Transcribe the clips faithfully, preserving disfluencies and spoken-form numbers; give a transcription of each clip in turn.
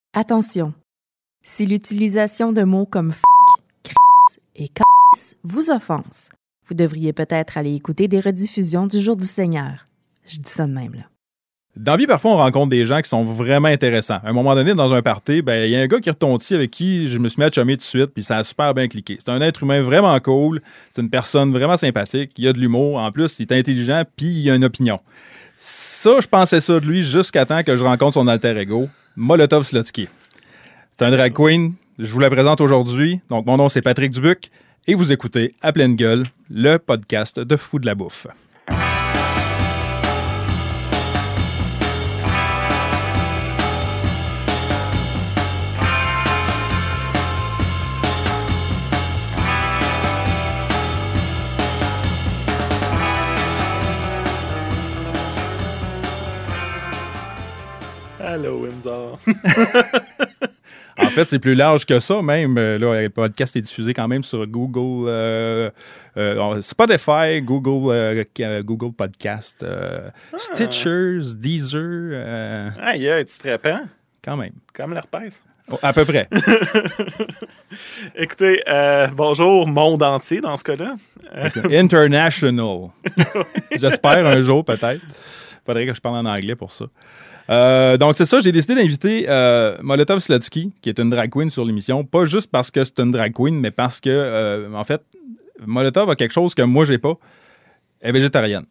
Attention, si l'utilisation de mots comme f***, crisse et c*** vous offense, vous devriez peut-être aller écouter des rediffusions du Jour du Seigneur. Je dis ça de même, là. Dans la vie, parfois, on rencontre des gens qui sont vraiment intéressants. À un moment donné, dans un party, ben il y a un gars qui retontit avec qui je me suis mis à chummer tout de suite, puis ça a super bien cliqué. C'est un être humain vraiment cool, c'est une personne vraiment sympathique, il a de l'humour, en plus, il est intelligent, puis il a une opinion. Ça, je pensais ça de lui jusqu'à temps que je rencontre son alter ego, Molotov Slotsky. C'est un drag queen, je vous la présente aujourd'hui. Donc, mon nom, c'est Patrick Dubuc, et vous écoutez À pleine gueule, le podcast de Fou de la bouffe. Allô, Windsor. En fait, c'est plus large que ça, même. Là, le podcast est diffusé quand même sur Google, euh, euh, Spotify, Google, euh, Google Podcast, euh, ah. Stitchers, Deezer. Euh, Aïe, aïe, tu te répands? Quand même. Comme l'herpès. Oh, à peu près. Écoutez, euh, bonjour, monde entier dans ce cas-là. International. J'espère un jour, peut-être. Faudrait que je parle en anglais pour ça. Euh, donc, c'est ça, j'ai décidé d'inviter euh, Molotov Slotsky, qui est une drag queen sur l'émission, pas juste parce que c'est une drag queen, mais parce que, euh, en fait, Molotov a quelque chose que moi, j'ai pas. Elle est végétarienne.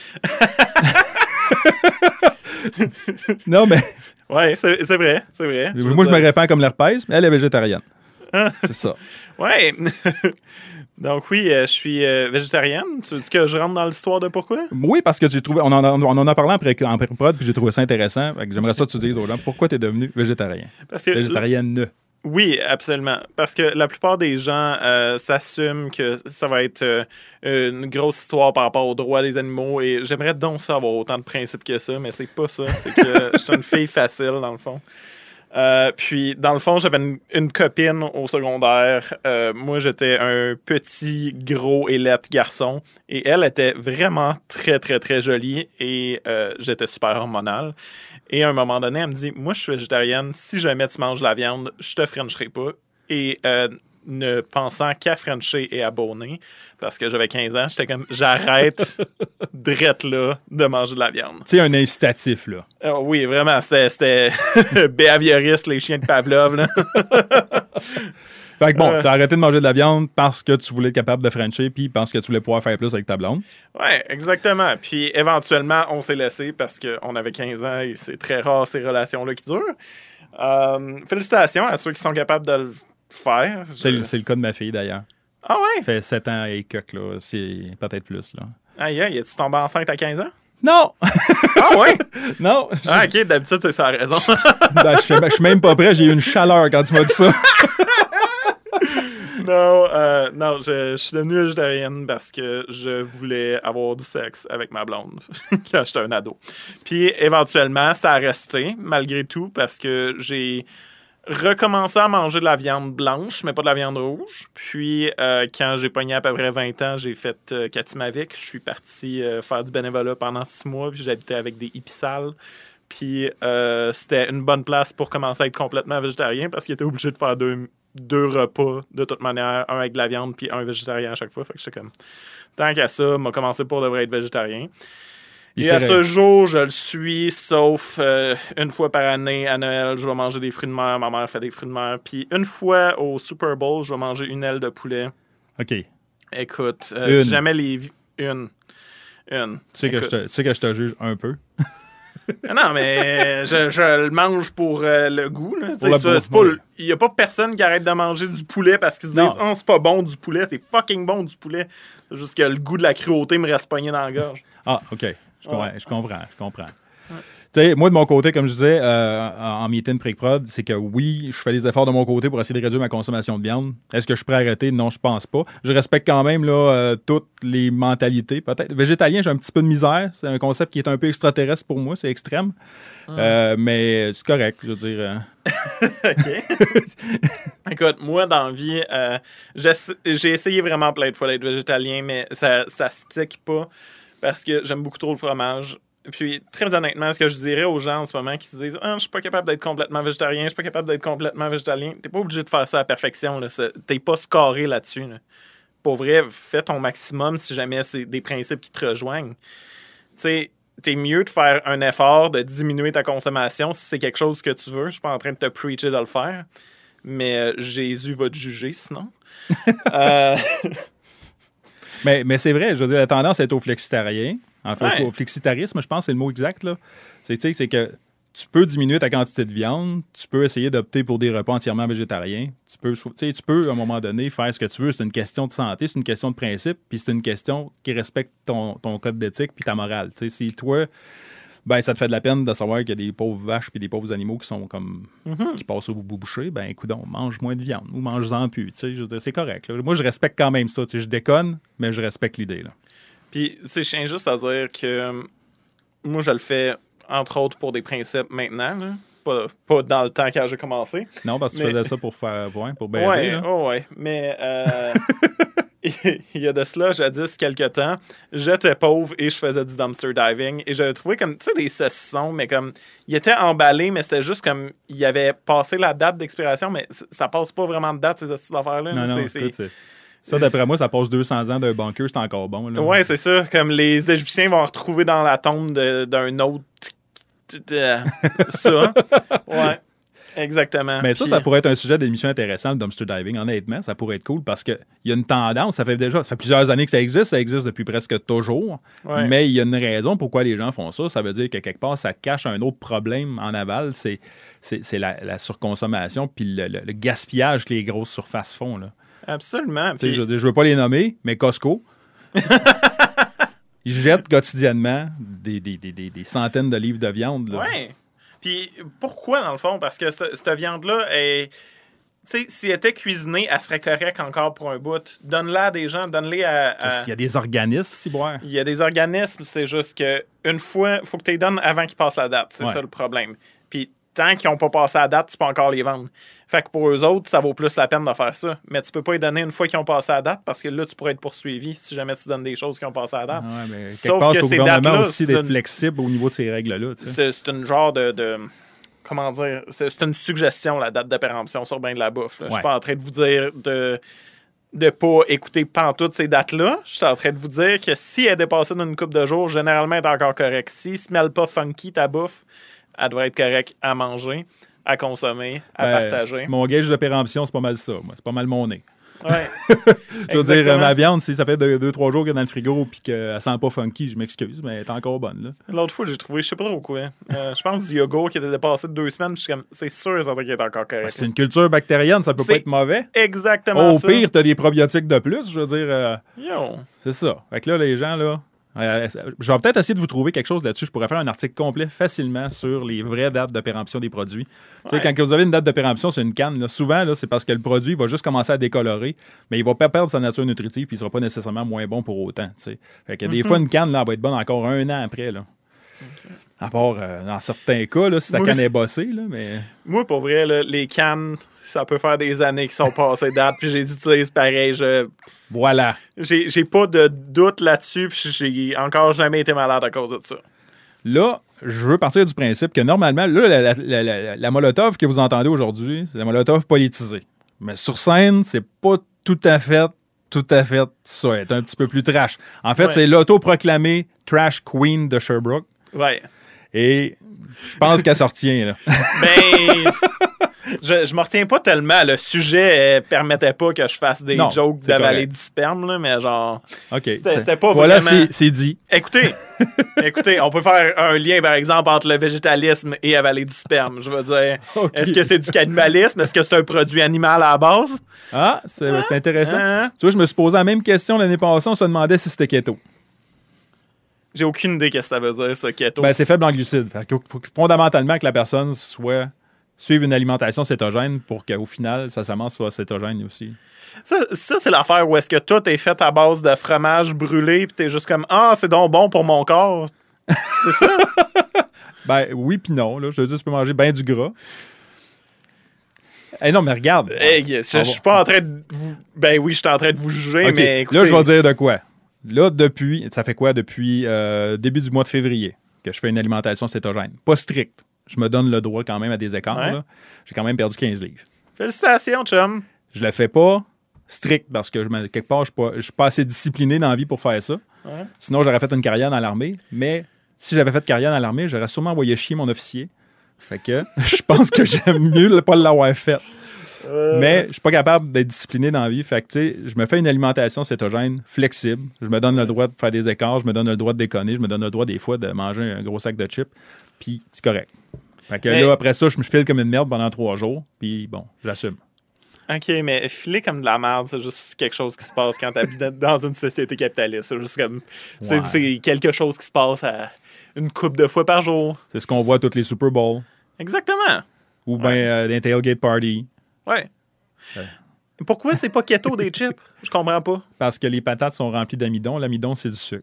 Non, mais... Ouais, c'est, c'est vrai, c'est vrai. Je moi, je me répands comme l'herpès, mais elle est végétarienne. C'est ça. Ouais. Donc oui, euh, je suis euh, végétarienne. Tu veux dire que je rentre dans l'histoire de pourquoi? Oui, parce que j'ai trouvé, on en a, on en a parlé en pré-prod, pré puis j'ai trouvé ça intéressant. Fait que j'aimerais ça que tu dises aux gens pourquoi tu es devenu végétarien. Parce que, végétarienne. Oui, absolument. Parce que la plupart des gens euh, s'assument que ça va être euh, une grosse histoire par rapport aux droits des animaux. Et j'aimerais donc ça avoir autant de principes que ça, mais c'est pas ça. C'est que je suis une fille facile, dans le fond. Euh, puis, dans le fond, j'avais une, une copine au secondaire. Euh, moi, j'étais un petit, gros et laid garçon. Et elle était vraiment très, très, très jolie. Et euh, j'étais super hormonal. Et à un moment donné, elle me dit « Moi, je suis végétarienne. Si jamais tu manges de la viande, je te frencherai pas. » Et euh, ne pensant qu'à frencher et à bonner, parce que j'avais quinze ans, j'étais comme « J'arrête drette là de manger de la viande. » Tu sais, un incitatif, là. Oh, oui, vraiment. C'était, c'était behavioriste, les chiens de Pavlov, là. Fait que bon, euh, t'as arrêté de manger de la viande parce que tu voulais être capable de frencher puis parce que tu voulais pouvoir faire plus avec ta blonde. Ouais, exactement. Puis éventuellement, on s'est laissé parce qu'on avait quinze ans et c'est très rare ces relations-là qui durent. Euh, félicitations à ceux qui sont capables de le faire. C'est, Je... le, c'est le cas de ma fille, d'ailleurs. Ah ouais? Ça fait sept ans et quelques, là. C'est peut-être plus, là. Aïe, aïe, es-tu tombé enceinte à quinze ans? Non! Ah ouais? Non! Ah, OK, d'habitude, c'est ça la raison. Ben, je suis même pas prêt, j'ai eu une chaleur quand tu m'as dit ça. Non, euh, non, je, je suis devenue végétarienne parce que je voulais avoir du sexe avec ma blonde quand j'étais un ado. Puis éventuellement, ça a resté, malgré tout, parce que j'ai recommencé à manger de la viande blanche, mais pas de la viande rouge. Puis euh, quand j'ai pogné à peu près vingt ans, j'ai fait euh, Katimavik. Je suis parti euh, faire du bénévolat pendant six mois, puis j'habitais avec des hippies sales. Puis euh, c'était une bonne place pour commencer à être complètement végétarien parce qu'il était obligé de faire deux... deux repas, de toute manière, un avec de la viande puis un végétarien à chaque fois. Fait que j'étais comme, tant qu'à ça, m'a commencé pour devrait être végétarien. Et à ce jour, je le suis, sauf euh, une fois par année, à Noël, je vais manger des fruits de mer. Ma mère fait des fruits de mer. Puis une fois au Super Bowl, je vais manger une aile de poulet. OK. Écoute, euh, si jamais les... Une. Une. Tu sais, que je te, tu sais que je te juge un peu. Non, mais je, je le mange pour euh, le goût. Là. C'est ça, c'est pas, il n'y a pas personne qui arrête de manger du poulet parce qu'ils se disent « Oh, c'est pas bon du poulet. C'est fucking bon du poulet. » C'est juste que le goût de la cruauté me reste pogné dans la gorge. Ah, OK. Je comprends. Ouais. Je comprends. Je comprends. Ouais. Tu sais, moi, de mon côté, comme je disais euh, en meeting pré-prod, c'est que oui, je fais des efforts de mon côté pour essayer de réduire ma consommation de viande. Est-ce que je suis prêt à arrêter? Non, je pense pas. Je respecte quand même là, euh, toutes les mentalités. Peut-être végétalien, j'ai un petit peu de misère. C'est un concept qui est un peu extraterrestre pour moi. C'est extrême. Hum. Euh, mais c'est correct, je veux dire. Euh... OK. Écoute, moi, dans la vie, euh, j'ai essayé vraiment plein de fois d'être végétalien, mais ça, ça stick pas parce que j'aime beaucoup trop le fromage. Puis, très honnêtement, ce que je dirais aux gens en ce moment qui se disent « Ah, je suis pas capable d'être complètement végétarien, je suis pas capable d'être complètement végétalien. » T'es pas obligé de faire ça à la perfection. Là. T'es pas scoré là-dessus. Là. Pour vrai, fais ton maximum si jamais c'est des principes qui te rejoignent. Tu sais, t'es mieux de faire un effort de diminuer ta consommation si c'est quelque chose que tu veux. Je suis pas en train de te preacher de le faire. Mais euh, Jésus va te juger sinon. euh... Mais, mais c'est vrai, je veux dire, la tendance est au flexitarien. En fait, Ouais. au flexitarisme, je pense que c'est le mot exact. Là. C'est, tu sais, c'est que tu peux diminuer ta quantité de viande, tu peux essayer d'opter pour des repas entièrement végétariens. Tu peux, tu sais, tu peux, à un moment donné, faire ce que tu veux. C'est une question de santé, c'est une question de principe, puis c'est une question qui respecte ton, ton code d'éthique puis ta morale. Tu sais, si toi, ben, ça te fait de la peine de savoir qu'il y a des pauvres vaches puis des pauvres animaux qui sont comme Mm-hmm. qui passent au bout bouché, ben écoute, on mange moins de viande ou mange-en plus. Tu sais, je veux dire, c'est correct. Là. Moi, je respecte quand même ça. Tu sais, je déconne, mais je respecte l'idée. Là. Puis, tu sais, je tiens juste à dire que euh, moi, je le fais, entre autres, pour des principes maintenant, là. Pas, pas dans le temps quand j'ai commencé. Non, parce que Mais- tu faisais ça pour faire ouais, pour baiser. Ouais, là. oh ouais. Mais euh, il y a de cela, jadis, quelques temps, j'étais pauvre et je faisais du dumpster diving. Et j'avais trouvé comme, tu sais, des saucissons, mais comme, ils étaient emballés, mais c'était juste comme, il avait passé la date d'expiration, mais c- ça passe pas vraiment de date, ces ces affaires-là. Non, là. non, C'est- c'est- écoute, c'est- ça, d'après moi, ça passe deux cents ans d'un bunker, c'est encore bon. Là. Ouais, c'est ça. Comme les Égyptiens vont retrouver dans la tombe de- d'un autre. euh, ça. Ouais. Exactement. Mais ça, Puis- ça pourrait être un sujet d'émission intéressant, le dumpster diving, honnêtement. Ça pourrait être cool parce qu'il y a une tendance, ça fait déjà, ça fait plusieurs années que ça existe, ça existe depuis presque toujours. Ouais. Mais il y a une raison pourquoi les gens font ça. Ça veut dire que quelque part, ça cache un autre problème en aval, c'est, c'est, c'est la, la surconsommation puis le, le- le gaspillage que les grosses surfaces font. Là. Absolument. Tu sais, Puis- Je ne veux pas les nommer, mais Costco, ils jettent quotidiennement des, des, des, des, des centaines de livres de viande. Là. Ouais. Puis pourquoi, dans le fond? Parce que cette, cette viande-là est. Tu sais, si elle était cuisinée, elle serait correcte encore pour un bout. Donne-la à des gens, donne-les à. à- Il y a des organismes, si boire. Il y a des organismes, c'est juste que une fois, il faut que tu les donnes avant qu'ils passent la date. C'est Ouais. ça le problème. Puis tant qu'ils n'ont pas passé la date, tu peux encore les vendre. Fait que pour eux autres, ça vaut plus la peine de faire ça. Mais tu peux pas les donner une fois qu'ils ont passé la date parce que là, tu pourrais être poursuivi si jamais tu donnes des choses qui ont passé la date. Ouais, mais quelque Sauf part, que c'est au ces gouvernement dates-là, aussi c'est d'être une- flexible au niveau de ces règles-là. tu sais. C'est, c'est une genre de, de- comment dire, c'est, c'est une suggestion, la date de péremption sur bien de la bouffe. là. Je Ouais. suis pas en train de vous dire de de pas écouter pantoute ces dates-là. Je suis en train de vous dire que si elle est dépassée d'une couple de jours, généralement, elle est encore correcte. S'il se mêle pas funky ta bouffe, elle devrait être correcte à manger, à consommer, à Ben, partager. Mon gage de péremption, c'est pas mal ça. Moi. C'est pas mal mon nez. Ouais. Je veux dire, Exactement. ma viande, si ça fait deux, deux trois jours qu'elle est dans le frigo et qu'elle sent pas funky, je m'excuse, mais elle est encore bonne. Là. L'autre fois, j'ai trouvé, je sais pas trop quoi. euh, je pense du yogourt qui était dépassé de deux semaines. puis Je suis comme, c'est sûr, ça qu'il est encore correct. C'est une culture bactérienne, ça peut C'est pas être mauvais. exactement Au ça. pire, t'as des probiotiques de plus. Je veux dire, euh, Yo. c'est ça. Fait que là, les gens, là. euh, je vais peut-être essayer de vous trouver quelque chose là-dessus. Je pourrais faire un article complet facilement sur les vraies dates de péremption des produits. Tu sais, Ouais. quand vous avez une date de péremption sur une canne, là, souvent, là, c'est parce que le produit va juste commencer à décolorer, mais il va pas perdre sa nature nutritive puis il sera pas nécessairement moins bon pour autant. Tu sais. Fait que des fois, une canne, là, elle va être bonne encore un an après. Là. À part euh, dans certains cas, là, si ta Oui. canne est bossée, là, mais. Moi, pour vrai, là, les cannes, ça peut faire des années qui sont passées date, puis j'ai utilisé pareil. Je, Voilà. j'ai, j'ai pas de doute là-dessus, puis j'ai encore jamais été malade à cause de ça. Là, je veux partir du principe que normalement, là, la, la, la, la- la Molotov que vous entendez aujourd'hui, c'est la Molotov politisée. Mais sur scène, c'est pas tout à fait, tout à fait ça. Elle est un petit peu plus trash. En fait, Ouais. c'est l'autoproclamée Trash Queen de Sherbrooke. Ouais. Et je pense qu'elle s'en retient, là. Ben, je, je me retiens pas tellement. Le sujet euh, permettait pas que je fasse des Non, jokes c'est d'avaler correct. du sperme, là, mais genre. OK. C'était- c'était pas voilà, vraiment- c'est, c'est dit. Écoutez, écoutez, on peut faire un lien, par exemple, entre le végétalisme et avaler du sperme. Je veux dire, OK. est-ce que c'est du cannibalisme? Est-ce que c'est un produit animal à la base? Ah, c'est, c'est intéressant. Hein? Tu vois, je me suis posé la même question l'année passée. On se demandait si c'était keto. J'ai aucune idée qu'est-ce que ça veut dire, ça, keto. Ben, c'est faible en glucides. Fait qu'il faut fondamentalement que la personne soit suive une alimentation cétogène pour qu'au final, sa semence soit cétogène aussi. Ça, ça, c'est l'affaire où est-ce que tout est fait à base de fromage brûlé, puis t'es juste comme, ah, c'est donc bon pour mon corps. C'est ça? Ben oui puis non. Là. Je veux dire, tu peux manger bien du gras. Eh non, mais regarde. Hey, je, je suis pas en train de vous... Ben oui, je suis en train de vous juger, OK, mais écoutez... là, je vais dire de quoi. Là, depuis, ça fait quoi? Depuis euh, début du mois de février. que je fais une alimentation cétogène. Pas stricte. Je me donne le droit quand même à des écarts. Ouais. Là. J'ai quand même perdu quinze livres. Félicitations, chum. Je le fais pas strict parce que je me- quelque part, je ne suis pas assez discipliné dans la vie pour faire ça. Ouais. Sinon, j'aurais fait une carrière dans l'armée. Mais si j'avais fait carrière dans l'armée, j'aurais sûrement envoyé chier mon officier. Fait que je pense que j'aime mieux ne pas l'avoir fait. Euh, Mais je suis pas capable d'être discipliné dans la vie. Fait que, tu sais, je me fais une alimentation cétogène flexible. Je me donne le droit de faire des écarts. Je me donne le droit de déconner. Je me donne le droit, des fois, de manger un gros sac de chips. Puis, c'est correct. Fait que Mais- là, après ça, je me file comme une merde pendant trois jours. Puis, bon, j'assume. OK, mais filer comme de la merde, c'est juste quelque chose qui se passe quand tu habites dans une société capitaliste. C'est juste comme. c'est- Ouais. C'est quelque chose qui se passe à une couple de fois par jour. C'est ce qu'on voit à tous les Super Bowls. Exactement. Ou bien Ouais. euh, des tailgate parties. Ouais. Ouais. Pourquoi c'est pas keto des chips? Je comprends pas. Parce que les patates sont remplies d'amidon. L'amidon, c'est du sucre.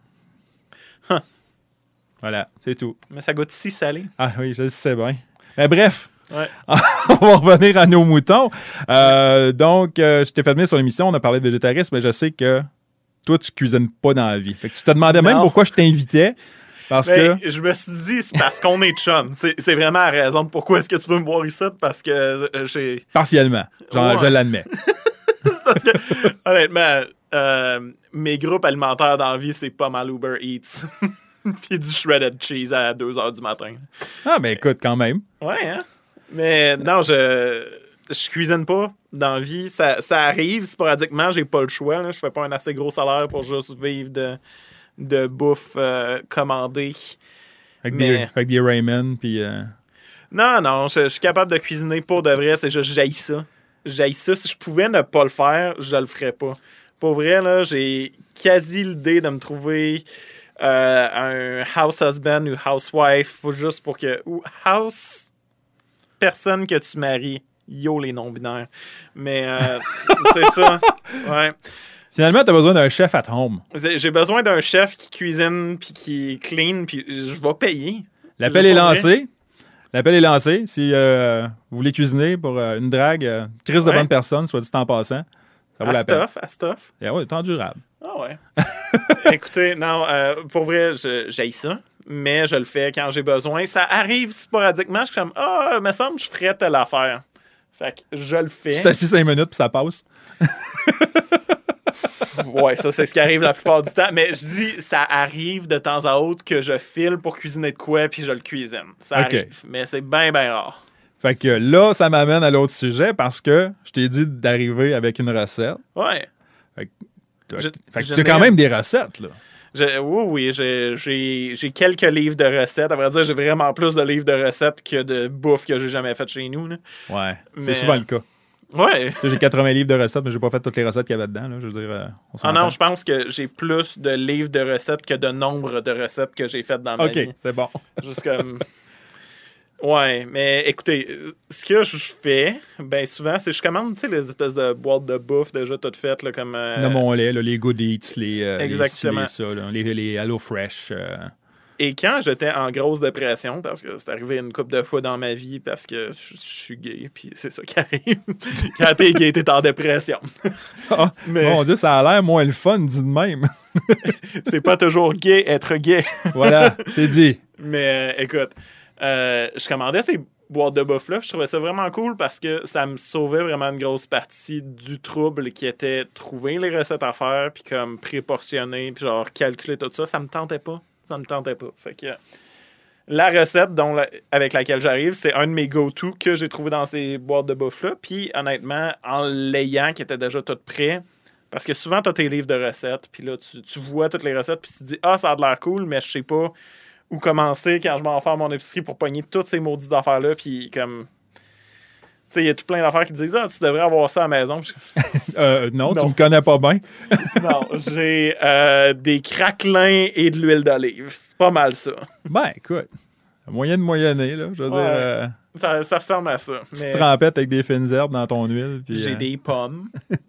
Huh. Voilà, c'est tout. Mais ça goûte si salé. Ah oui, je le sais bien. Mais bref, Ouais. on va revenir à nos moutons. Euh, donc, euh, je t'ai fait venir sur l'émission, on a parlé de végétarisme, mais je sais que toi, tu cuisines pas dans la vie. Fait que tu te demandais même Non. pourquoi je t'invitais. Parce Mais que. je me suis dit, c'est parce qu'on est chum. C'est c'est vraiment la raison de pourquoi est-ce que tu veux me voir ici, parce que euh, j'ai. Partiellement. Genre, Ouais. je l'admets. Parce que, honnêtement, euh, mes groupes alimentaires dans la vie, c'est pas mal Uber Eats. Puis du shredded cheese à deux heures du matin. Ah, ben écoute, quand même. Ouais, hein? Mais non, je. Je cuisine pas dans la vie. Ça, ça arrive sporadiquement, j'ai pas le choix. Là. Je fais pas un assez gros salaire pour juste vivre de, de bouffe euh, commandée. Avec, Mais- des, avec des ramen, puis. euh, Non, non, je, je suis capable de cuisiner pour de vrai, c'est juste j'haïs ça. J'haïs ça. Si je pouvais ne pas le faire, je le ferais pas. Pour vrai, là, j'ai quasi l'idée de me trouver euh, un house husband ou housewife, faut juste pour que. Ou house personne que tu maries. Yo, les non-binaires. Mais euh, c'est ça. Ouais. Finalement, tu as besoin d'un chef at home. J'ai j'ai besoin d'un chef qui cuisine puis qui clean, puis je vais payer. L'appel Je est vais pas lancé. L'appel est lancé. Si euh, vous voulez cuisiner pour euh, une drague, euh, crise de Ouais. bonne personne, soit dit en passant, ça vaut À la peine. stuff, à stuff. Et ouais, temps durable. Ah ouais. Écoutez, non, euh, pour vrai, je- j'haïs ça, mais je le fais quand j'ai besoin. Ça arrive sporadiquement, je suis comme, ah, il me semble que je ferais telle affaire. Fait que je le fais. Tu t'assis cinq minutes puis ça passe. Ouais, ça, c'est ce qui arrive la plupart du temps. Mais je dis, ça arrive de temps à autre que je file pour cuisiner de quoi puis je le cuisine. Ça Ok. arrive. Mais c'est bien, bien rare. Fait que là, ça m'amène à l'autre sujet parce que je t'ai dit d'arriver avec une recette. Ouais. Fait que Je- fait que je tu as quand mets- même des recettes, là. Je- oui, oui, j'ai- j'ai j'ai quelques livres de recettes. À vrai dire, j'ai vraiment plus de livres de recettes que de bouffe que j'ai jamais fait chez nous. Là. Ouais. C'est Mais- souvent le cas. Ouais. Tu sais, j'ai quatre-vingts livres de recettes, mais j'ai pas fait toutes les recettes qu'il y avait dedans, là. Je veux dire, euh, on Ah s'entend. non, je pense que j'ai plus de livres de recettes que de nombre de recettes que j'ai faites dans ma OK, vie. c'est bon. Juste comme. Ouais, mais écoutez, euh, ce que je fais, ben souvent, c'est que je commande, tu sais, les espèces de boîtes de bouffe déjà toutes faites, là, comme. euh, Nommons-les, là, les Good Eats, les, euh, les ci, Exactement. les ça, là, les, les Hello Fresh. euh, Et quand j'étais en grosse dépression, parce que c'est arrivé une couple de fois dans ma vie, parce que je, je suis gay, puis c'est ça qui arrive. Quand t'es gay, t'es en dépression. Ah, Mais Mon Dieu, ça a l'air moins le fun, dit de même. c'est pas toujours gay être gay. Voilà, c'est dit. Mais euh, écoute, euh, je commandais ces boîtes de bouffe-là, je trouvais ça vraiment cool parce que ça me sauvait vraiment une grosse partie du trouble qui était trouver les recettes à faire, puis comme préportionner, puis genre calculer tout ça. Ça me tentait pas. Ça me tentait pas. Fait que la recette dont la- avec laquelle j'arrive, c'est un de mes go-to que j'ai trouvé dans ces boîtes de bouffe-là. Puis honnêtement, en l'ayant qui était déjà tout prêt, parce que souvent, tu as tes livres de recettes, puis là, tu, tu vois toutes les recettes, puis tu te dis, ah, ça a de l'air cool, mais je sais pas où commencer quand je m'en vais faire mon épicerie pour pogner toutes ces maudites affaires-là, puis comme. Tu sais, il y a tout plein d'affaires qui te disent, ah, tu devrais avoir ça à la maison. Euh, non, Non. tu me connais pas bien. Non, j'ai euh, des craquelins et de l'huile d'olive. C'est pas mal ça. Ben, écoute, moyen de moyenner, là. Je veux Ouais. dire, euh, Ça, ça ressemble à ça. petite Mais trempette avec des fines herbes dans ton huile. Puis, j'ai euh, des pommes.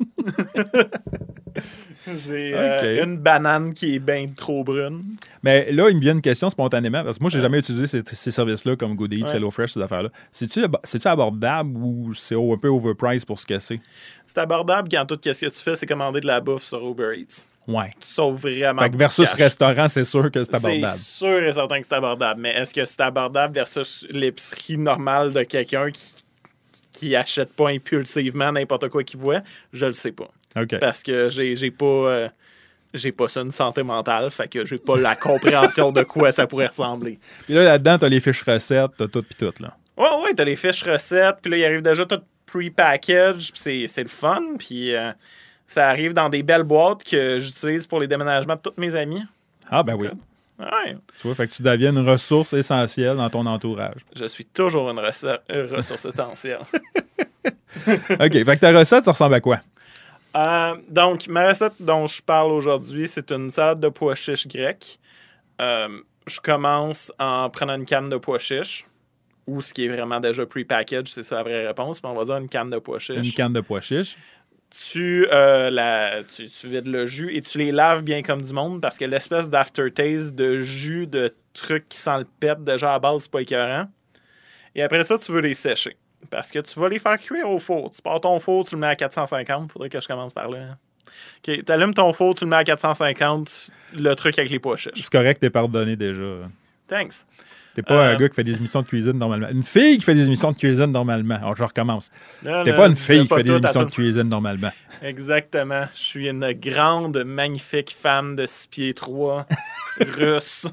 j'ai euh, Ok. une banane qui est bien trop brune. Mais là, il me vient une question spontanément, parce que moi, j'ai Ouais. jamais utilisé ces, ces services-là comme Good Eats, Ouais. Hello Fresh, ces affaires-là. C'est-tu, ab- c'est-tu abordable ou c'est un peu overpriced pour ce que c'est? C'est abordable quand tout ce que tu fais, c'est commander de la bouffe sur Uber Eats. Ouais. Tu sauves vraiment. Fait que versus restaurant, c'est sûr que c'est abordable. C'est sûr et certain que c'est abordable. Mais est-ce que c'est abordable versus l'épicerie normale de quelqu'un qui, qui achète pas impulsivement n'importe quoi qu'il voit? Je le sais pas. OK. Parce que j'ai, j'ai pas... Euh, j'ai pas ça, une santé mentale, fait que j'ai pas la compréhension de quoi ça pourrait ressembler. Puis là, là-dedans, t'as les fiches recettes, t'as tout pis tout, là. Ouais, ouais, t'as les fiches recettes, puis là, il arrive déjà tout pre-package, puis c'est, c'est le fun, puis euh, ça arrive dans des belles boîtes que j'utilise pour les déménagements de tous mes amis. Ah, ben oui. Ouais. Tu vois, fait que tu deviens une ressource essentielle dans ton entourage. Je suis toujours une rece- euh, ressource essentielle. OK, fait que ta recette, ça ressemble à quoi? Euh, donc, ma recette dont je parle aujourd'hui, c'est une salade de pois chiches grecque. Euh, je commence en prenant une canne de pois chiches, ou ce qui est vraiment déjà pre-packaged, c'est ça la vraie réponse, mais on va dire une canne de pois chiches. Une canne de pois chiches. Tu, euh, la, tu, tu vides le jus et tu les laves bien comme du monde parce que l'espèce d'aftertaste de jus, de truc qui sent le pet, déjà à base, c'est pas écœurant. Et après ça, tu veux les sécher. Parce que tu vas les faire cuire au four. Tu pars ton four, tu le mets à quatre cent cinquante. Faudrait que je commence par là. Hein. OK, tu allumes ton four, tu le mets à quatre cent cinquante. Le truc avec les pois chiches. C'est correct, t'es pardonné déjà. Thanks. T'es pas Euh, un gars qui fait des émissions de cuisine normalement. Une fille qui fait des émissions de cuisine normalement. Alors, je recommence. Là, T'es là, pas une je fille fais qui pas fait des tout à émissions tout. de cuisine normalement. Exactement. Je suis une grande, magnifique femme de six pieds trois, russe.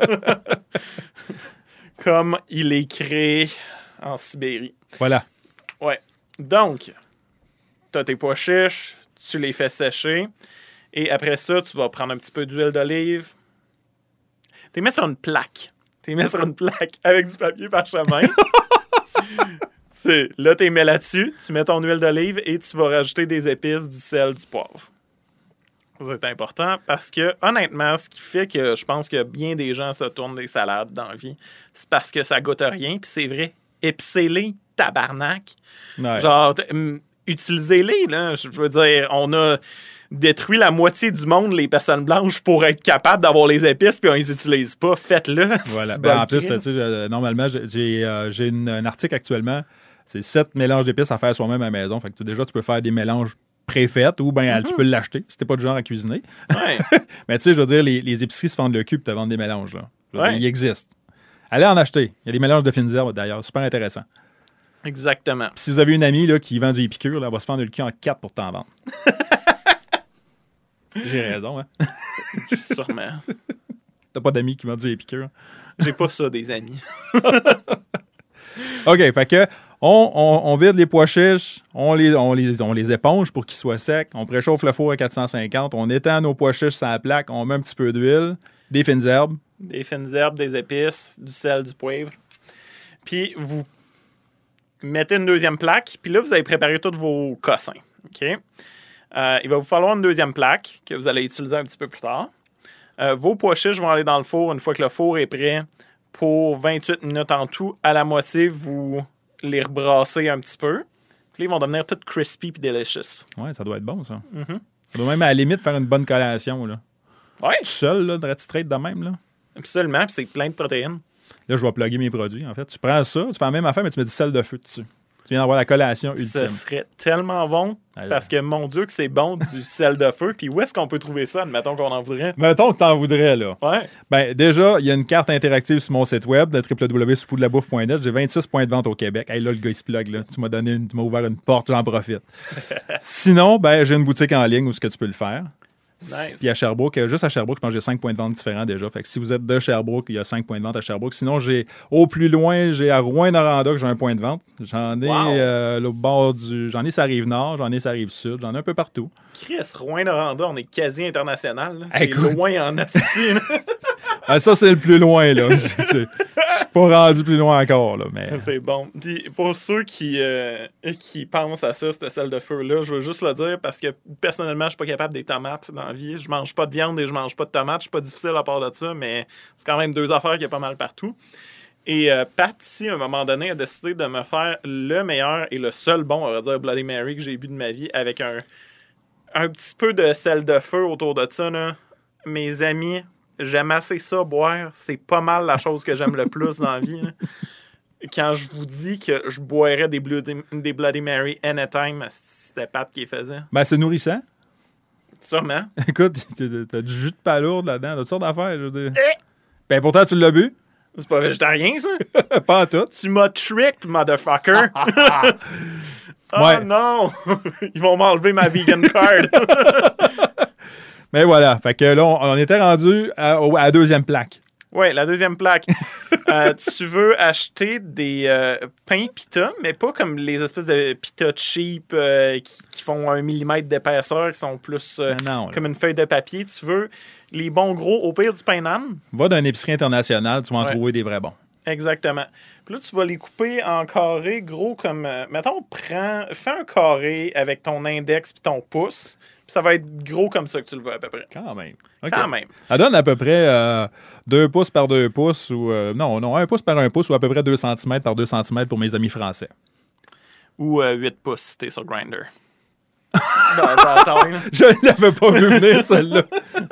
Comme il est créé en Sibérie. Voilà. Ouais. Donc, t'as tes pois chiches, tu les fais sécher, et après ça, tu vas prendre un petit peu d'huile d'olive. Tu les mets sur une plaque. Tu les mets sur une plaque avec du papier parchemin. Tu- là, tu les mets là-dessus, tu mets ton huile d'olive et tu vas rajouter des épices, du sel, du poivre. C'est important parce que, honnêtement, ce qui fait que je pense que bien des gens se tournent des salades dans la vie, c'est parce que ça goûte rien, puis c'est vrai. Épicez-les, tabarnak. Ouais. Genre, t- hum, utilisez-les, là. Je veux dire, on a détruit la moitié du monde, les personnes blanches, pour être capable d'avoir les épices, puis on les utilise pas. Faites-le. Voilà. C'est Ben, bon en plus, tu Christ. sais, je- normalement, j'ai, j'ai, euh, j'ai une- un article actuellement. C'est sept mélanges d'épices à faire soi-même à la maison. Fait que tu- déjà, tu peux faire des mélanges préfaits ou bien tu peux l'acheter si t'es pas du genre à cuisiner. Ouais. Mais tu sais, je veux dire, les, les épiceries se vendent le cul pour te vendre des mélanges. Là. Je veux Ouais. dire, ils existent. Allez en acheter. Il y a des mélanges de fines herbes d'ailleurs. Super intéressant. Exactement. Puis si vous avez une amie là, qui vend du épicure, là, elle va se fendre le cul en quatre pour t'en vendre. J'ai raison, hein? Sûrement. T'as pas d'amis qui vendent du épicure? J'ai pas ça, des amis. OK, fait que on, on, on vide les pois chiches, on les, on, les, on les éponge pour qu'ils soient secs, on préchauffe le four à quatre cent cinquante, on étend nos pois chiches sur la plaque, on met un petit peu d'huile, des fines herbes. Des fines herbes, des épices, du sel, du poivre. Puis vous mettez une deuxième plaque, puis là, vous avez préparé tous vos cossins. OK? Euh, il va vous falloir une deuxième plaque que vous allez utiliser un petit peu plus tard. Euh, vos pois chiches vont aller dans le four une fois que le four est prêt pour vingt-huit minutes en tout. À la moitié, vous les rebrassez un petit peu. Puis là, ils vont devenir tout crispy et delicious. Ouais, ça doit être bon, ça. Mhm. Ça doit même, à la limite, faire une bonne collation, là. Ouais, Tout seul, là, de straight de même, là. absolument. Puis c'est plein de protéines. Là, je vais plugger mes produits, en fait. Tu prends ça, tu fais la même affaire, mais tu mets du sel de feu dessus. Tu viens d'avoir la collation Ce ultime. serait tellement bon. Alors. Parce que, mon Dieu, que c'est bon du sel de feu. Puis où est-ce qu'on peut trouver ça? Admettons qu'on en voudrait. Mettons que t'en voudrais, là. Ouais. Ben, déjà, il y a une carte interactive sur mon site web de w w w point food la bouffe point net. J'ai vingt-six points de vente au Québec. Hey, là, le gars, il se plug, là. Tu m'as donné une- tu m'as ouvert une porte, j'en profite. Sinon, ben, j'ai une boutique en ligne où ce que tu peux le faire. Nice. Puis à Sherbrooke, euh, juste à Sherbrooke, je pense que j'ai cinq points de vente différents déjà. Fait que si vous êtes de Sherbrooke, il y a cinq points de vente à Sherbrooke. Sinon, j'ai au plus loin, j'ai à Rouyn-Noranda que j'ai un point de vente. J'en ai Wow. euh, le bord du. J'en ai sur la rive nord, j'en ai sur la rive sud, j'en ai un peu partout. Chris, Rouyn-Noranda, on est quasi international. là. C'est Écoute. loin en asti. là. Ah, ça, c'est le plus loin, là. Je je- je suis pas rendu plus loin encore, là. Mais... C'est bon. Puis pour ceux qui, euh, qui pensent à ça, cette salle de feu-là, je veux juste le dire parce que personnellement, je suis pas capable des tomates dans la vie. Je mange pas de viande et je mange pas de tomates. Je suis pas difficile à part de ça, mais c'est quand même deux affaires qu'il y a pas mal partout. Et euh, Patty, à un moment donné, a décidé de me faire le meilleur et le seul bon, on va dire, Bloody Mary que j'ai bu de ma vie avec un, un petit peu de sel de feu autour de ça. Là. Mes amis, j'aime assez ça boire. C'est pas mal la chose que j'aime le plus dans la vie. Là. Quand je vous dis que je boirais des Bloody, des Bloody Mary anytime, c'était Pat qui les faisait. Ben, c'est nourrissant. Sûrement. Écoute, t'as du jus de palourde là-dedans, t'as toutes sortes d'affaires, je veux dire. Eh! Ben pourtant, tu l'as bu. C'est pas végétarien, ça? Pas en tout. Tu m'as tricked, motherfucker! Oh Ouais. non! Ils vont m'enlever ma vegan card. Mais voilà, fait que là, on, on était rendu à, au- à la deuxième plaque. Oui, la deuxième plaque. Euh, tu veux acheter des euh, pains pita, mais pas comme les espèces de pita cheap euh, qui, qui font un millimètre d'épaisseur, qui sont plus euh, Non, non, là. comme une feuille de papier. Tu veux les bons gros, au pire du pain d'âne. Va dans une épicerie internationale, tu vas en Ouais. trouver des vrais bons. Exactement. Puis là, tu vas les couper en carrés gros comme... euh, mettons, prends, fais un carré avec ton index puis ton pouce. Puis ça va être gros comme ça que tu le veux à peu près. Quand même. OK. Quand même. Ça donne à peu près euh, deux pouces par deux pouces ou... euh, non, non, un pouce par un pouce ou à peu près deux centimètres par deux centimètres pour mes amis français. Ou euh, huit pouces si t'es sur Grindr. Dans sa taille, là. Je ne l'avais pas vu venir, celle-là.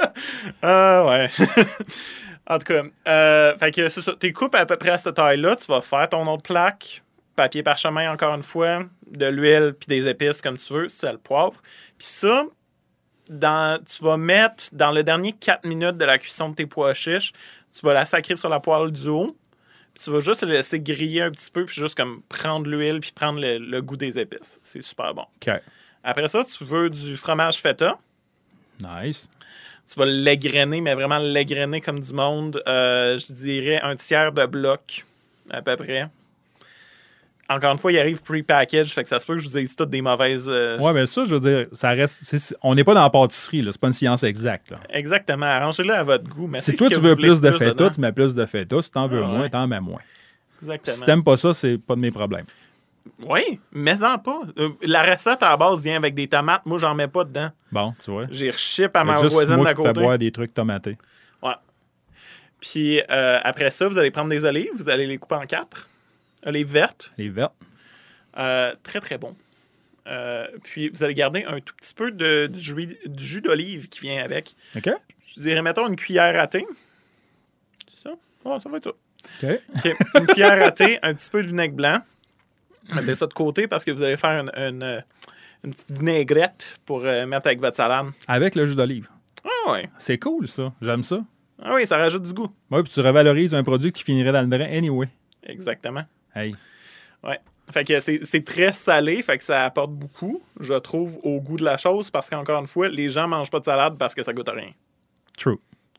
Ah ouais. En tout cas, euh, fait que c'est ça. Tes coupes à peu près à cette taille-là, tu vas faire ton autre plaque, papier parchemin encore une fois, de l'huile puis des épices comme tu veux, sel, poivre. Puis ça, dans, tu vas mettre dans le dernier quatre minutes de la cuisson de tes pois chiches, tu vas la sacrer sur la poêle du haut. Puis tu vas juste le laisser griller un petit peu puis juste comme prendre l'huile puis prendre le, le goût des épices. C'est super bon. OK. Après ça, tu veux du fromage feta. Nice. Tu vas l'égrener, mais vraiment l'égrener comme du monde. Euh, je dirais un tiers de bloc, à peu près. Encore une fois, il arrive pre-package, fait que ça se peut que je vous dise toutes des mauvaises... euh, Ouais, mais ça, je veux dire, ça reste... c'est- on n'est pas dans la pâtisserie, là. C'est pas une science exacte, là. Exactement. Arrangez-le à votre goût. Mais Si toi, tu veux plus de feta, tu mets plus de feta. Si t'en veux Ah, moins, ouais. t'en mets moins. Exactement. Si t'aimes pas ça, c'est pas de mes problèmes. Oui, mets-en pas. Euh, la recette à la base vient avec des tomates. Moi, j'en mets pas dedans. Bon, tu vois. J'ai rechip à ma C'est juste voisine moi d'à qui te fais côté. boire des trucs tomatés. Ouais. Puis euh, après ça, vous allez prendre des olives. Vous allez les couper en quatre. Olives vertes. Les vertes. Euh, très, très bon. Euh, puis, vous allez garder un tout petit peu de, du jus, du jus d'olive qui vient avec. OK? Je dirais, mettons, une cuillère à thé. C'est ça? Oh, ça va être ça. OK. OK. Une cuillère à thé, un petit peu de vinaigre blanc. Mettez ça de côté parce que vous allez faire une, une, une petite vinaigrette pour euh, mettre avec votre salade. Avec le jus d'olive. Ah oui. C'est cool, ça. J'aime ça. Ah oui, ça rajoute du goût. Oui, puis tu revalorises un produit qui finirait dans le drain anyway. Exactement. Hey. Ouais. Fait que c'est, c'est très salé, fait que ça apporte beaucoup, je trouve, au goût de la chose, parce qu'encore une fois, les gens mangent pas de salade parce que ça goûte à rien. True.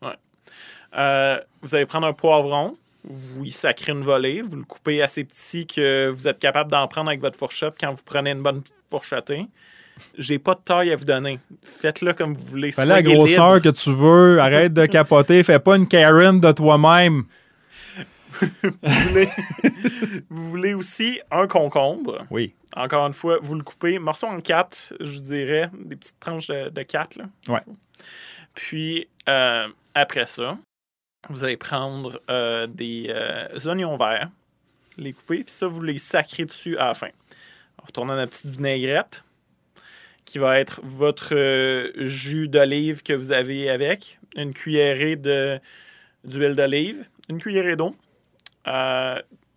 Euh, vous allez prendre un poivron, vous y sacrez une volée, vous le coupez assez petit que vous êtes capable d'en prendre avec votre fourchette quand vous prenez une bonne fourchetée. J'ai pas de taille à vous donner. Faites-le comme vous voulez. Fais la Soyez grosseur libre. que tu veux. Arrête de capoter. Fais pas une Karen de toi-même. Vous voulez... vous voulez aussi un concombre. Oui. Encore une fois, vous le coupez morceau en quatre, je dirais, des petites tranches de, de quatre. Là. Ouais. Puis, euh, après ça, vous allez prendre euh, des euh, oignons verts, les couper, puis ça, vous les sacrez dessus à la fin. On retourne à notre petite vinaigrette, qui va être votre euh, jus d'olive que vous avez avec, une cuillerée de, d'huile d'olive, une cuillerée d'eau, euh,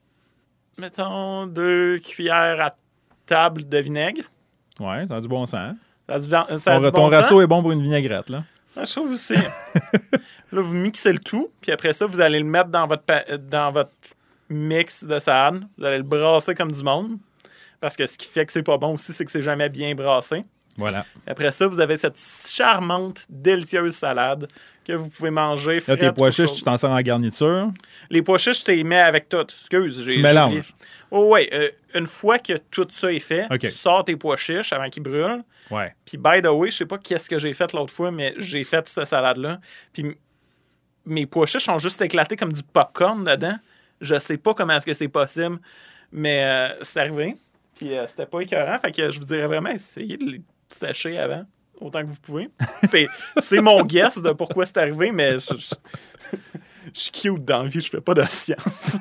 mettons deux cuillères à table de vinaigre. Ouais, ça a du bon sens. hein? Ça a du, van- ça a Ton, du ton bon ratio sens. est bon pour une vinaigrette, là. Ah, je trouve aussi. Là, vous mixez le tout, puis après ça, vous allez le mettre dans votre, pa- dans votre mix de salade. Vous allez le brasser comme du monde. Parce que ce qui fait que c'est pas bon aussi, c'est que c'est jamais bien brassé. Voilà. Après ça, vous avez cette charmante, délicieuse salade que vous pouvez manger. Là, frette tes pois ou chiches, chaude. tu t'en sers en garniture. Les pois chiches, tu les mets avec tout. Excuse, j'ai Tu j'ai mélanges. oublié. Oh, ouais, euh, une fois que tout ça est fait, OK. tu sors tes pois chiches avant qu'ils brûlent. Ouais. Puis, by the way, je sais pas qu'est-ce que j'ai fait l'autre fois, mais j'ai fait cette salade-là. Puis, m- mes pois chiches sont juste éclatés comme du popcorn dedans. Je sais pas comment est-ce que c'est possible, mais euh, c'est arrivé. Puis, euh, c'était pas écœurant. Fait que je vous dirais vraiment, essayez de les sécher avant, autant que vous pouvez. c'est, c'est mon guess de pourquoi c'est arrivé, mais je, je, je suis cute dans la vie, je fais pas de science.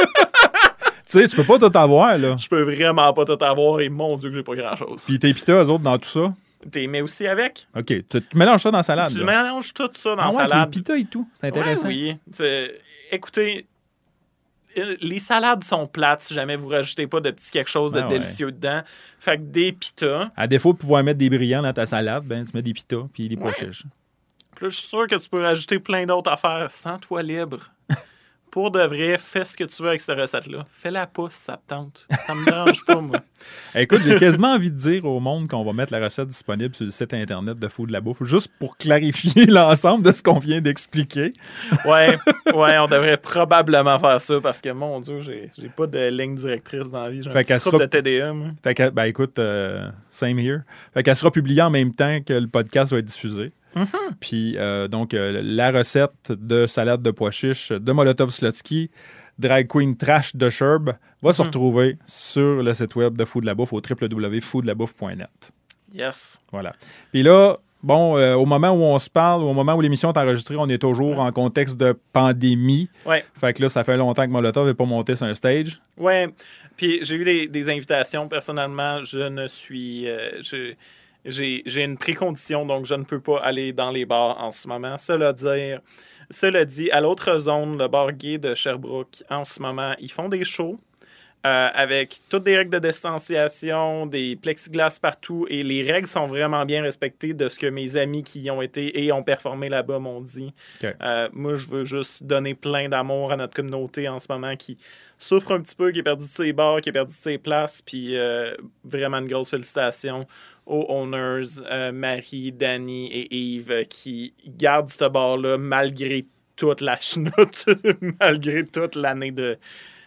Tu sais, tu peux pas tout avoir, là. Je peux vraiment pas tout avoir et mon Dieu que j'ai pas grand-chose. Puis tes pitas, eux autres, dans tout ça. T'es mets aussi avec. OK. Tu, tu mélanges ça dans la salade. Tu là. mélanges tout ça dans Ah la ouais, salade. les pitas et tout. C'est intéressant. Ouais, oui. C'est- Écoutez, les salades sont plates si jamais vous rajoutez pas de petits quelque chose de Ah ouais. délicieux dedans. Fait que des pitas. À défaut de pouvoir mettre des brillants dans ta salade, ben, tu mets des pitas puis des pois Ouais. chiches. Puis là, je suis sûr que tu peux rajouter plein d'autres affaires. Sens-toi libre. Pour de vrai, fais ce que tu veux avec cette recette-là. Fais la pousse, ça te tente. Ça me dérange pas, moi. Écoute, j'ai quasiment envie de dire au monde qu'on va mettre la recette disponible sur le site internet de Food de la Bouffe, juste pour clarifier l'ensemble de ce qu'on vient d'expliquer. Ouais, ouais, on devrait probablement faire ça parce que, mon Dieu, j'ai, j'ai pas de ligne directrice dans la vie. J'ai un Fait petit qu'elle trouble sera- de T D A, moi. Fait que, ben écoute, euh, same here. Fait qu'elle sera publiée en même temps que le podcast va être diffusé. Mm-hmm. Puis, euh, donc, euh, la recette de salade de pois chiches de Molotov Slotsky, Drag Queen Trash de Sherb, va se Mhm. retrouver sur le site web de Food de la Bouffe au w w w point food de la bouffe point net. Yes. Voilà. Puis là, bon, euh, au moment où on se parle, au moment où l'émission est enregistrée, on est toujours en contexte de pandémie. Ouais. Fait que là, ça fait longtemps que Molotov n'est pas monté sur un stage. Ouais. Puis j'ai eu des, des invitations. Personnellement, je ne suis. euh, je- j'ai, j'ai une précondition, donc je ne peux pas aller dans les bars en ce moment. Cela dire, cela dit, à l'autre zone, le bar gay de Sherbrooke, en ce moment, ils font des shows. Euh, avec toutes des règles de distanciation, des plexiglas partout, et les règles sont vraiment bien respectées de ce que mes amis qui y ont été et ont performé là-bas m'ont dit. OK. Euh, moi, je veux juste donner plein d'amour à notre communauté en ce moment qui souffre un petit peu, qui a perdu de ses bars, qui a perdu de ses places, puis euh, vraiment une grosse félicitation aux owners, euh, Marie, Danny et Yves, euh, qui gardent ce bar-là malgré toute la chenoute, malgré toute l'année de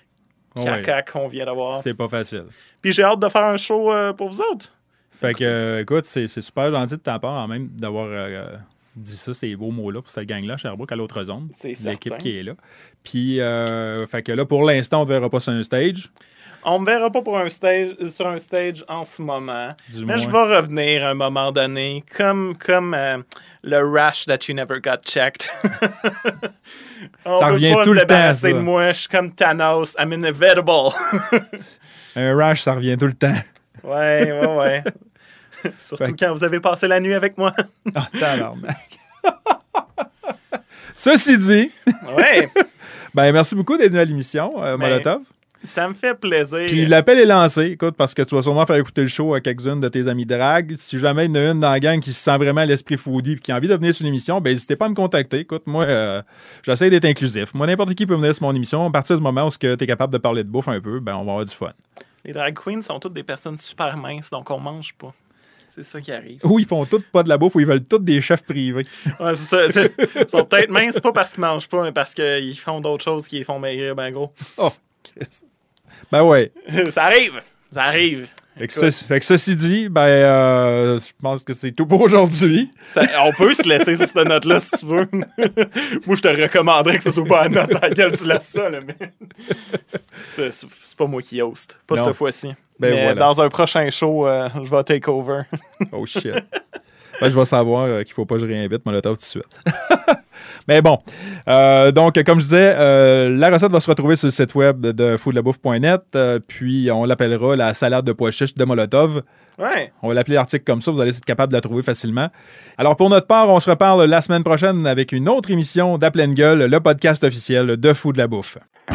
Oh caca ouais. qu'on vient d'avoir. C'est pas facile. Puis j'ai hâte de faire un show euh, pour vous autres. Fait que, euh, écoute, c'est c'est super gentil de ta part, en même d'avoir euh, dit ça, ces beaux mots-là pour cette gang-là, Sherbrooke, à l'autre zone. C'est L'équipe certain. qui est là. Puis, euh, fait que là, pour l'instant, on ne verra pas sur un stage. On me verra pas pour un stage, sur un stage en ce moment. Du Mais moins. je vais revenir à un moment donné, comme, comme euh, le rash that you never got checked. On Ça peut revient pas tout se le temps, débarrasser ça. de moi. Je suis comme Thanos. I'm inevitable. Un rash, ça revient tout le temps. ouais, ouais, ouais. Surtout Fait que- quand vous avez passé la nuit avec moi. Ah, tabarnak. Ceci dit, ouais, ben merci beaucoup d'être venu à l'émission, euh, Ben, Molotov. ça me fait plaisir. Puis l'appel est lancé, écoute, parce que tu vas sûrement faire écouter le show à quelques-unes de tes amis drag. Si jamais il y en a une dans la gang qui se sent vraiment à l'esprit foodie et qui a envie de venir sur l'émission, ben n'hésitez pas à me contacter. Écoute, moi, euh, j'essaie d'être inclusif. Moi, n'importe qui peut venir sur mon émission. À partir du moment où tu es capable de parler de bouffe un peu, ben on va avoir du fun. Les drag queens sont toutes des personnes super minces, donc on mange pas. C'est ça qui arrive. Ou ils font toutes pas de la bouffe, ou ils veulent toutes des chefs privés. Ouais, c'est ça. c'est- Ils sont peut-être minces, pas parce qu'ils mangent pas, mais parce qu'ils font d'autres choses qui les font maigrir, ben gros. Oh, Christ. Ben ouais. ça arrive! Ça arrive! Fait que, ce- fait que ceci dit, ben euh, je pense que c'est tout pour aujourd'hui. Ça- on peut se laisser sur cette note-là si tu veux. Moi, je te recommanderais que ce soit pas la note à laquelle tu laisses ça, là, mais. c'est, c'est pas moi qui host. Pas Non. cette fois-ci. Ben mais voilà. dans un prochain show, euh, je vais take over. Oh shit. Ben, je vais savoir euh, qu'il faut pas que je réinvite Molotov tout de suite. Mais bon. Euh, donc, comme je disais, euh, la recette va se retrouver sur le site web de food de la bouffe point net. euh, puis, on l'appellera la salade de pois chiches de Molotov. Ouais. On va l'appeler l'article comme ça. Vous allez être capable de la trouver facilement. Alors, pour notre part, on se reparle la semaine prochaine avec une autre émission d'À pleine gueule, le podcast officiel de Food de la bouffe.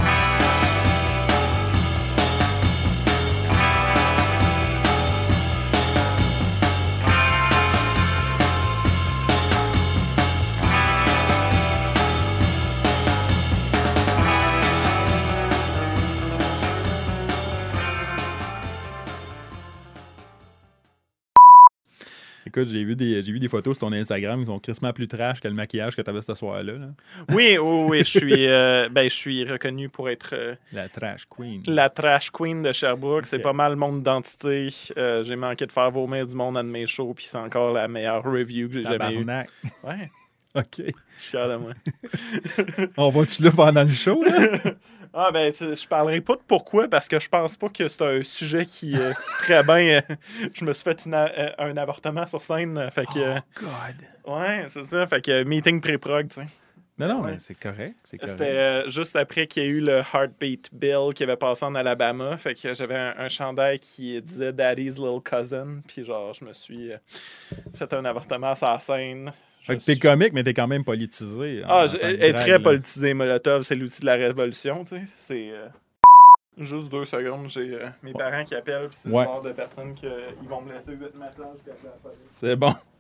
Écoute, j'ai vu des, j'ai vu des photos sur ton Instagram qui sont crissement plus trash que le maquillage que tu avais ce soir-là. là. Oui, oui, oui. Je suis, euh, ben, je suis reconnu pour être euh, La trash queen. la trash queen de Sherbrooke. C'est Ok. pas mal mon identité. Euh, j'ai manqué de faire vomir du monde à de mes shows, puis c'est encore la meilleure review que j'ai jamais eue. Tabarnak. Ouais, OK. je suis fier de moi. On va-tu là pendant le show, là? Ah ben, tu sais, je parlerai pas de pourquoi, parce que je pense pas que c'est un sujet qui euh, très bien. euh, je me suis fait une a- euh, un avortement sur scène, euh, fait que euh, God. ouais, c'est ça, fait que euh, meeting pré-prog, tu sais. Non, non, Ouais. mais c'est correct. C'est correct. C'était euh, juste après qu'il y a eu le Heartbeat Bill qui avait passé en Alabama, fait que j'avais un, un chandail qui disait Daddy's Little Cousin, puis genre je me suis euh, fait un avortement sur la scène. Fait que t'es comique, mais t'es quand même politisé. Ah, en je- tant que elle est drague, très là. politisée, Molotov, c'est l'outil de la révolution, tu sais. C'est. euh, Juste deux secondes, j'ai euh, mes parents qui appellent, puis c'est Ouais. le genre de personnes qu'ils vont me laisser huit messages, puis appeler la police. C'est bon.